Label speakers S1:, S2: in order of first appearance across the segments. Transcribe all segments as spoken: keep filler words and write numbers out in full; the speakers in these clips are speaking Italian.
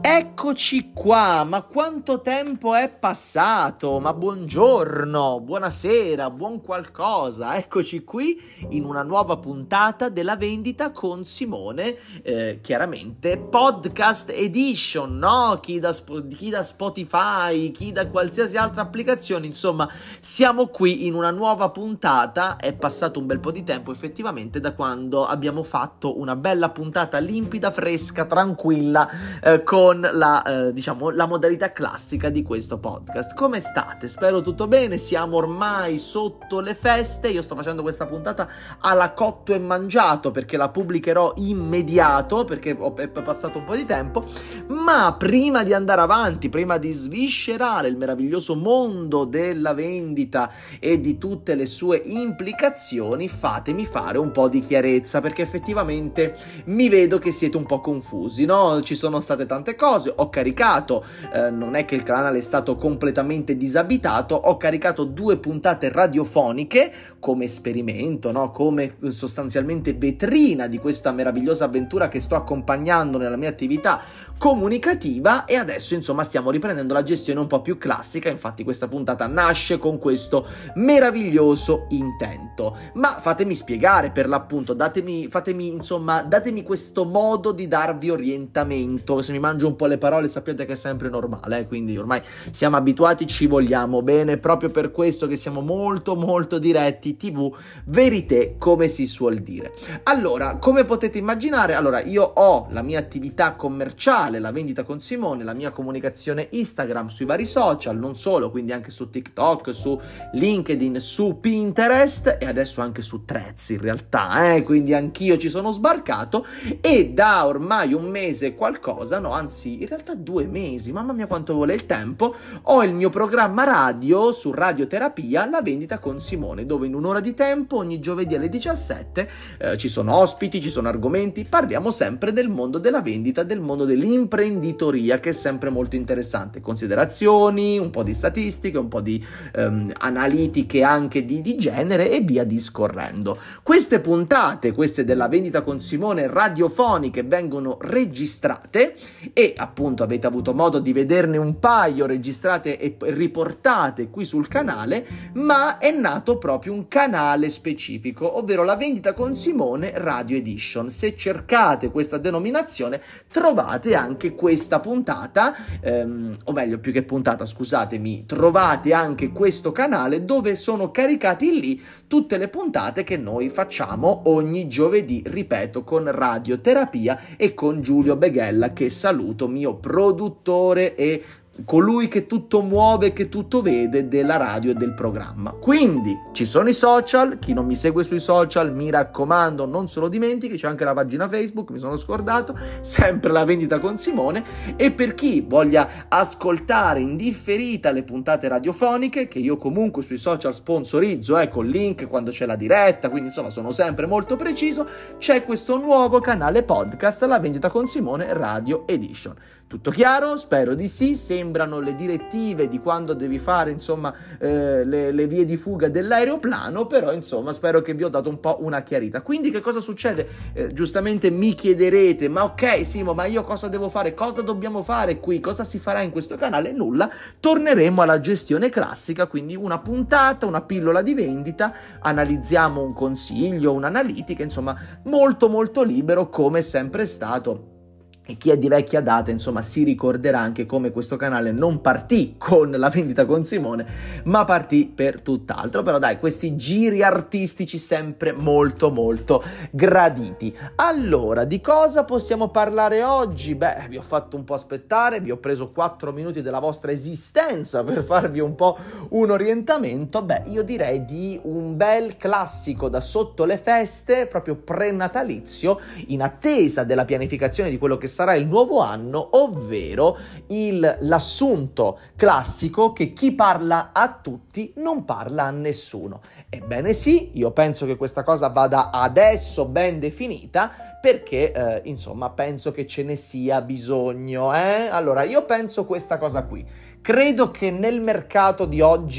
S1: Eccoci qua, ma quanto tempo è passato? Ma buongiorno, buonasera, buon qualcosa. Eccoci qui in una nuova puntata della vendita con Simone, eh, chiaramente podcast edition, no? Chi da, chi da Spotify, chi da qualsiasi altra applicazione, insomma, siamo qui in una nuova puntata. È passato un bel po' di tempo effettivamente da quando abbiamo fatto una bella puntata limpida, fresca, tranquilla, eh, con la, eh, diciamo, la modalità classica di questo podcast. Come state? Spero tutto bene. Siamo ormai sotto le feste. Io sto facendo questa puntata alla cotto e mangiato perché la pubblicherò immediato, perché è passato un po' di tempo. Ma prima di andare avanti, prima di sviscerare il meraviglioso mondo della vendita e di tutte le sue implicazioni, fatemi fare un po' di chiarezza, perché effettivamente mi vedo che siete un po' confusi, no? Ci sono state tante cose, ho caricato, eh, non è che il canale è stato completamente disabitato, ho caricato due puntate radiofoniche come esperimento, no? Come sostanzialmente vetrina di questa meravigliosa avventura che sto accompagnando nella mia attività comunicativa, e adesso insomma stiamo riprendendo la gestione un po' più classica. Infatti questa puntata nasce con questo meraviglioso intento. Ma fatemi spiegare, per l'appunto, datemi, fatemi insomma, datemi questo modo di darvi orientamento. Se mi mangio un po' le parole sappiate che è sempre normale, eh? Quindi ormai siamo abituati, ci vogliamo bene, proprio per questo che siamo molto molto diretti, tv, verité, come si suol dire. Allora, come potete immaginare, allora io ho la mia attività commerciale, la vendita con Simone, la mia comunicazione Instagram sui vari social, non solo, quindi anche su TikTok, su LinkedIn, su Pinterest e adesso anche su Threads in realtà, eh? Quindi anch'io ci sono sbarcato, e da ormai un mese e qualcosa, no, anzi in realtà due mesi, mamma mia quanto vuole il tempo, ho il mio programma radio su Radioterapia, la vendita con Simone, dove in un'ora di tempo ogni giovedì alle diciassette eh, ci sono ospiti, ci sono argomenti, parliamo sempre del mondo della vendita, del mondo dell'imprenditoria, che è sempre molto interessante, considerazioni, un po' di statistiche, un po' di ehm, analitiche anche di, di genere e via discorrendo. Queste puntate, queste della vendita con Simone radiofoniche, vengono registrate e appunto avete avuto modo di vederne un paio registrate e riportate qui sul canale, ma è nato proprio un canale specifico, ovvero la vendita con Simone Radio Edition. Se cercate questa denominazione trovate anche questa puntata, ehm, o meglio più che puntata scusatemi, trovate anche questo canale dove sono caricati lì tutte le puntate che noi facciamo ogni giovedì, ripeto, con Radioterapia e con Giulio Beghella, che saluto, mio produttore e colui che tutto muove, che tutto vede della radio e del programma. Quindi ci sono i social, chi non mi segue sui social mi raccomando non se lo dimentichi, c'è anche la pagina Facebook, mi sono scordato, sempre la vendita con Simone. E per chi voglia ascoltare in differita le puntate radiofoniche, che io comunque sui social sponsorizzo, eh, con link quando c'è la diretta, quindi insomma sono sempre molto preciso, c'è questo nuovo canale podcast, la vendita con Simone Radio Edition. Tutto chiaro? Spero di sì. Sembrano le direttive di quando devi fare insomma eh, le, le vie di fuga dell'aeroplano, però insomma spero che vi ho dato un po' una chiarita. Quindi che cosa succede? Eh, giustamente mi chiederete, ma ok Simo, ma io cosa devo fare? Cosa dobbiamo fare qui? Cosa si farà in questo canale? Nulla, torneremo alla gestione classica, quindi una puntata, una pillola di vendita, analizziamo un consiglio, un'analitica, insomma molto molto libero come è sempre stato. E chi è di vecchia data, insomma, si ricorderà anche come questo canale non partì con la vendita con Simone, ma partì per tutt'altro. Però dai, questi giri artistici sempre molto molto graditi. Allora, di cosa possiamo parlare oggi? Beh, vi ho fatto un po' aspettare, vi ho preso quattro minuti della vostra esistenza per farvi un po' un orientamento. Beh, io direi di un bel classico da sotto le feste, proprio prenatalizio, in attesa della pianificazione di quello che sarà il nuovo anno, ovvero il, l'assunto classico che chi parla a tutti non parla a nessuno. Ebbene sì, io penso che questa cosa vada adesso ben definita, perché eh, insomma penso che ce ne sia bisogno, eh? Allora io penso questa cosa qui: credo che nel mercato di oggi,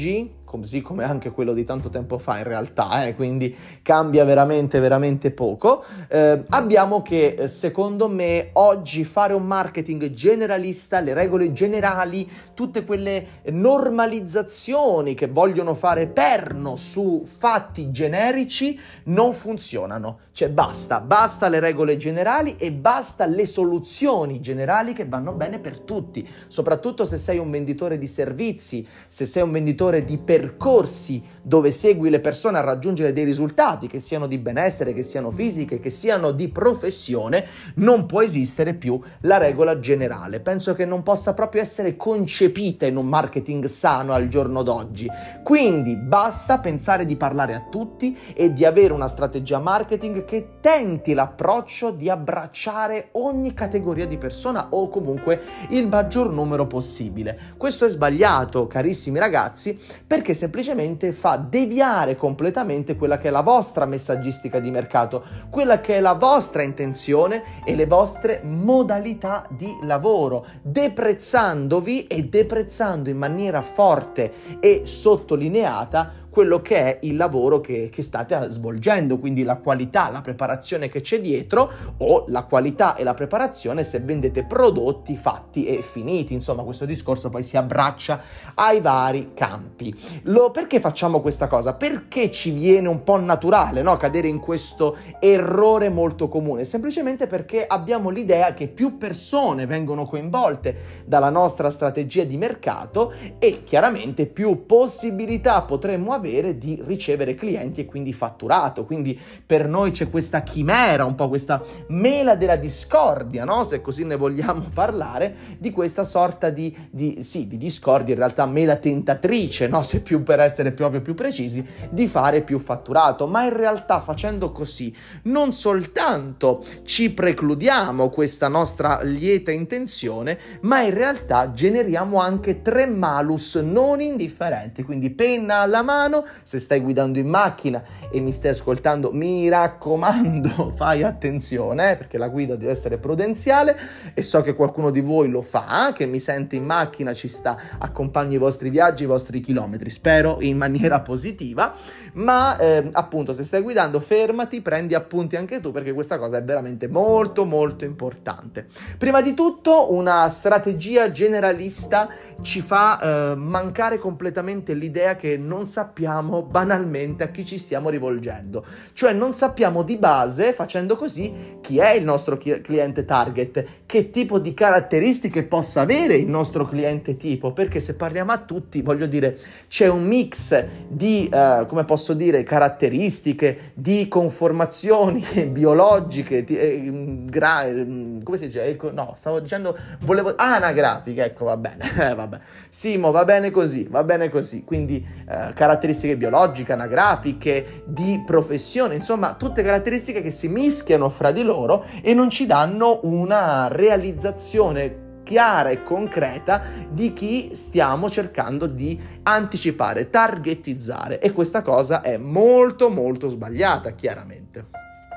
S1: così come anche quello di tanto tempo fa in realtà, eh, quindi cambia veramente veramente poco. Eh, abbiamo che eh, secondo me oggi fare un marketing generalista, le regole generali, tutte quelle normalizzazioni che vogliono fare perno su fatti generici non funzionano, cioè basta, basta le regole generali e basta le soluzioni generali che vanno bene per tutti, soprattutto se sei un venditore di servizi, se sei un venditore di percorsi dove segui le persone a raggiungere dei risultati, che siano di benessere, che siano fisiche, che siano di professione, non può esistere più la regola generale. Penso che non possa proprio essere concepita in un marketing sano al giorno d'oggi. Quindi basta pensare di parlare a tutti e di avere una strategia marketing che tenti l'approccio di abbracciare ogni categoria di persona o comunque il maggior numero possibile. Questo è sbagliato, carissimi ragazzi, perché semplicemente fa deviare completamente quella che è la vostra messaggistica di mercato, quella che è la vostra intenzione e le vostre modalità di lavoro, deprezzandovi e deprezzando in maniera forte e sottolineata quello che è il lavoro che, che state svolgendo, quindi la qualità, la preparazione che c'è dietro, o la qualità e la preparazione se vendete prodotti fatti e finiti. Insomma, questo discorso poi si abbraccia ai vari campi. Lo, perché facciamo questa cosa? Perché ci viene un po' naturale, no? Cadere in questo errore molto comune, semplicemente perché abbiamo l'idea che più persone vengono coinvolte dalla nostra strategia di mercato e chiaramente più possibilità potremmo avere avere di ricevere clienti e quindi fatturato. Quindi per noi c'è questa chimera, un po' questa mela della discordia, no? Se così ne vogliamo parlare, di questa sorta di, di sì, di discordia, in realtà mela tentatrice, no? Se più per essere proprio più precisi, di fare più fatturato. Ma in realtà facendo così non soltanto ci precludiamo questa nostra lieta intenzione, ma in realtà generiamo anche tre malus non indifferenti. Quindi penna alla mano, se stai guidando in macchina e mi stai ascoltando, mi raccomando, fai attenzione, eh, perché la guida deve essere prudenziale e so che qualcuno di voi lo fa, che mi sente in macchina, ci sta, accompagna i vostri viaggi, i vostri chilometri, spero in maniera positiva, ma eh, appunto se stai guidando fermati, prendi appunti anche tu, perché questa cosa è veramente molto molto importante. Prima di tutto una strategia generalista ci fa eh, mancare completamente l'idea che non sappiamo banalmente a chi ci stiamo rivolgendo, cioè non sappiamo di base, facendo così, chi è il nostro cliente target, che tipo di caratteristiche possa avere il nostro cliente tipo, perché se parliamo a tutti, voglio dire, c'è un mix di, eh, come posso dire, caratteristiche, di conformazioni biologiche, di, eh, gra- come si dice? No, stavo dicendo, volevo, ah, anagrafiche, ecco, va bene, eh, vabbè, Simo, va bene così, va bene così, quindi eh, caratteristiche biologiche, anagrafiche, di professione, insomma tutte caratteristiche che si mischiano fra di loro e non ci danno una realizzazione chiara e concreta di chi stiamo cercando di anticipare, targetizzare, e questa cosa è molto molto sbagliata, chiaramente.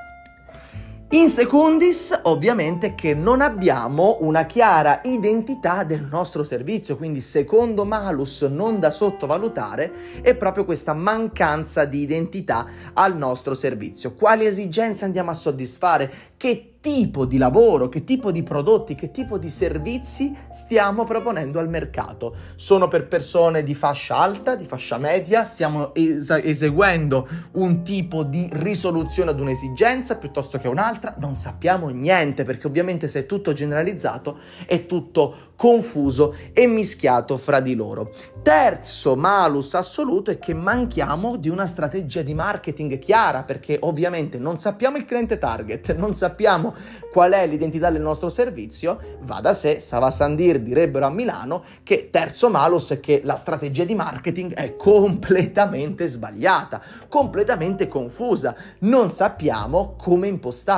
S1: In secundis, ovviamente, che non abbiamo una chiara identità del nostro servizio, quindi secondo malus non da sottovalutare è proprio questa mancanza di identità al nostro servizio. Quali esigenze andiamo a soddisfare? Che tipo di lavoro, che tipo di prodotti, che tipo di servizi stiamo proponendo al mercato? Sono per persone di fascia alta, di fascia media? Stiamo es- eseguendo un tipo di risoluzione ad un'esigenza piuttosto che un'altra? Non sappiamo niente, perché ovviamente se è tutto generalizzato è tutto confuso e mischiato fra di loro. Terzo malus assoluto è che manchiamo di una strategia di marketing chiara, perché ovviamente non sappiamo il cliente target, non sappiamo qual è l'identità del nostro servizio. Va da sé, ça va sans dire, direbbero a Milano, che terzo malus è che la strategia di marketing è completamente sbagliata, completamente confusa, non sappiamo come impostarla,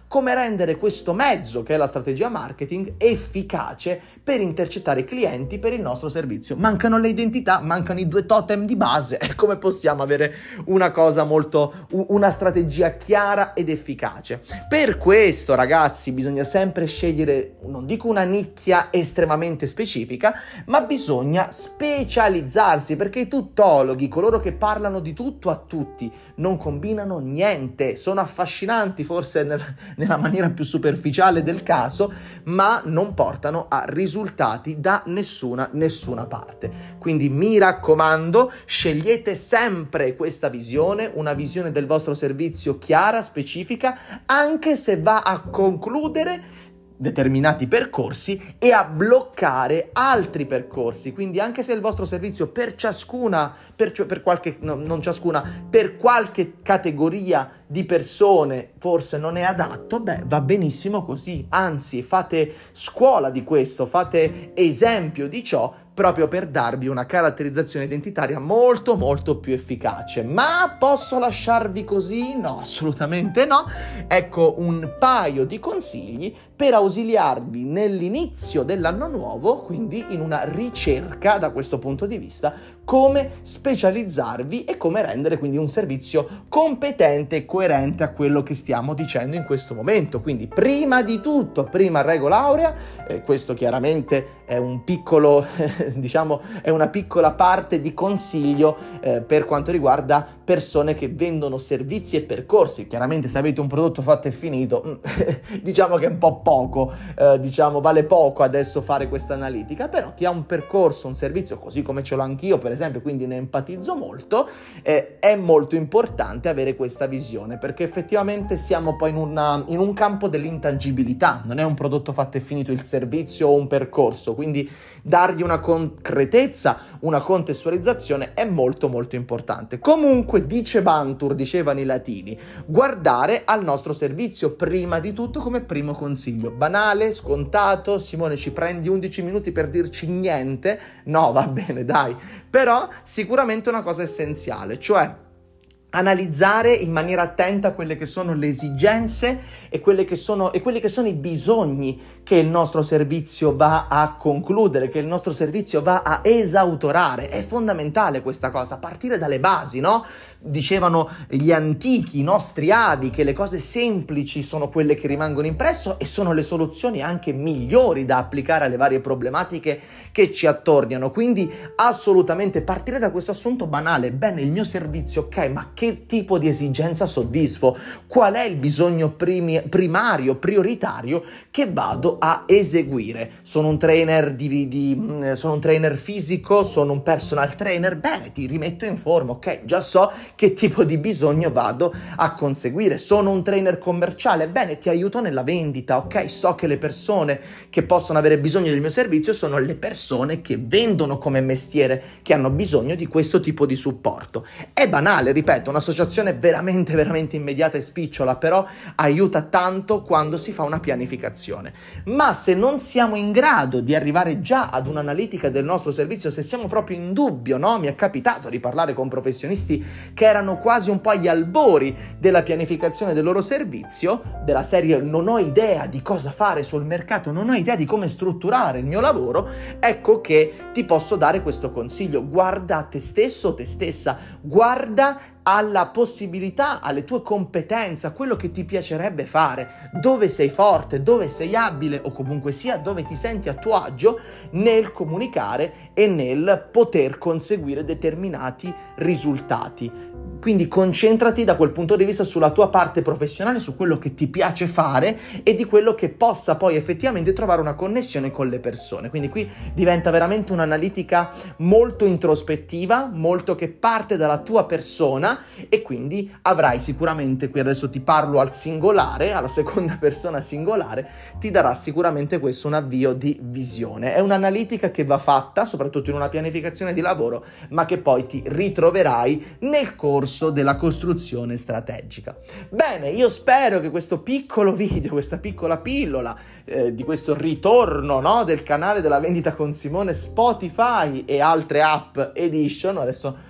S1: come rendere questo mezzo, che è la strategia marketing, efficace per intercettare i clienti per il nostro servizio. Mancano le identità, mancano i due totem di base, come possiamo avere una cosa molto, una strategia chiara ed efficace? Per questo, ragazzi, bisogna sempre scegliere, non dico una nicchia estremamente specifica, ma bisogna specializzarsi, perché i tuttologhi, coloro che parlano di tutto a tutti, non combinano niente, sono affascinanti forse nel, nella maniera più superficiale del caso, ma non portano a risultati da nessuna, nessuna parte. Quindi mi raccomando, scegliete sempre questa visione, una visione del vostro servizio chiara, specifica, anche se va a concludere determinati percorsi e a bloccare altri percorsi. Quindi anche se il vostro servizio per ciascuna, per, per qualche, no, non ciascuna, per qualche categoria di persone forse non è adatto, beh, va benissimo così, anzi fate scuola di questo, fate esempio di ciò, proprio per darvi una caratterizzazione identitaria molto molto più efficace. Ma posso lasciarvi così? No, assolutamente no. Ecco un paio di consigli per ausiliarvi nell'inizio dell'anno nuovo, quindi in una ricerca da questo punto di vista, come specializzarvi e come rendere quindi un servizio competente e coerente a quello che stiamo dicendo in questo momento. Quindi prima di tutto, prima regola aurea, eh, questo chiaramente è un piccolo, eh, diciamo, è una piccola parte di consiglio eh, per quanto riguarda persone che vendono servizi e percorsi. Chiaramente se avete un prodotto fatto e finito, diciamo che è un po' poco, eh, diciamo vale poco adesso fare questa analitica, però chi ha un percorso, un servizio, così come ce l'ho anch'io per esempio, quindi ne empatizzo molto, eh, è molto importante avere questa visione, perché effettivamente siamo poi in, una, in un campo dell'intangibilità, non è un prodotto fatto e finito il servizio o un percorso, quindi dargli una concretezza, una contestualizzazione è molto molto importante. Comunque dicebantur, dicevano i latini, guardare al nostro servizio prima di tutto come primo consiglio. Banale, scontato, Simone ci prendi undici minuti per dirci niente? No, va bene, dai, però sicuramente una cosa essenziale, cioè analizzare in maniera attenta quelle che sono le esigenze e quelle che sono e quelli che sono i bisogni che il nostro servizio va a concludere, che il nostro servizio va a esautorare. È fondamentale questa cosa, partire dalle basi, no? Dicevano gli antichi, i nostri avi, che le cose semplici sono quelle che rimangono impresso e sono le soluzioni anche migliori da applicare alle varie problematiche che ci attorniano. Quindi assolutamente partire da questo assunto banale: bene, il mio servizio, ok, ma che tipo di esigenza soddisfo? Qual è il bisogno primi, primario, prioritario che vado a eseguire? Sono un trainer di, di sono un trainer fisico, sono un personal trainer, bene, ti rimetto in forma, ok, già so che tipo di bisogno vado a conseguire. Sono un trainer commerciale, bene, ti aiuto nella vendita, ok, so che le persone che possono avere bisogno del mio servizio sono le persone che vendono come mestiere, che hanno bisogno di questo tipo di supporto. È banale, ripeto, un'associazione veramente veramente immediata e spicciola, però aiuta tanto quando si fa una pianificazione. Ma se non siamo in grado di arrivare già ad un'analitica del nostro servizio, se siamo proprio in dubbio, no? Mi è capitato di parlare con professionisti che erano quasi un po' agli albori della pianificazione del loro servizio, della serie non ho idea di cosa fare sul mercato, non ho idea di come strutturare il mio lavoro. Ecco che ti posso dare questo consiglio: guarda a te stesso, te stessa, guarda alla possibilità, alle tue competenze, a quello che ti piacerebbe fare, dove sei forte, dove sei abile o comunque sia dove ti senti a tuo agio nel comunicare e nel poter conseguire determinati risultati. Quindi concentrati da quel punto di vista sulla tua parte professionale, su quello che ti piace fare e di quello che possa poi effettivamente trovare una connessione con le persone. Quindi qui diventa veramente un'analitica molto introspettiva, molto che parte dalla tua persona, e quindi avrai sicuramente, qui adesso ti parlo al singolare, alla seconda persona singolare, ti darà sicuramente questo un avvio di visione. È un'analitica che va fatta soprattutto in una pianificazione di lavoro, ma che poi ti ritroverai nel corso della costruzione strategica. Bene, io spero che questo piccolo video, questa piccola pillola eh, di questo ritorno, no, del canale della vendita con Simone, Spotify e altre app edition, adesso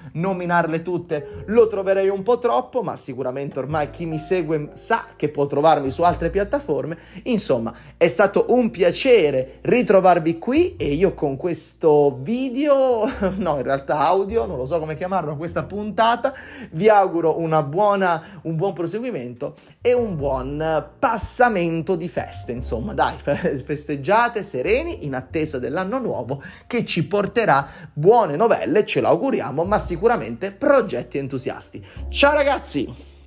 S1: nominarle tutte lo troverei un po' troppo, ma sicuramente ormai chi mi segue sa che può trovarmi su altre piattaforme. Insomma, è stato un piacere ritrovarvi qui e io con questo video, no in realtà audio, non lo so come chiamarlo, questa puntata, vi auguro una buona, un buon proseguimento e un buon passamento di feste. Insomma, dai, festeggiate sereni in attesa dell'anno nuovo che ci porterà buone novelle, ce l'auguriamo, ma sicuramente progetti entusiasti. Ciao ragazzi!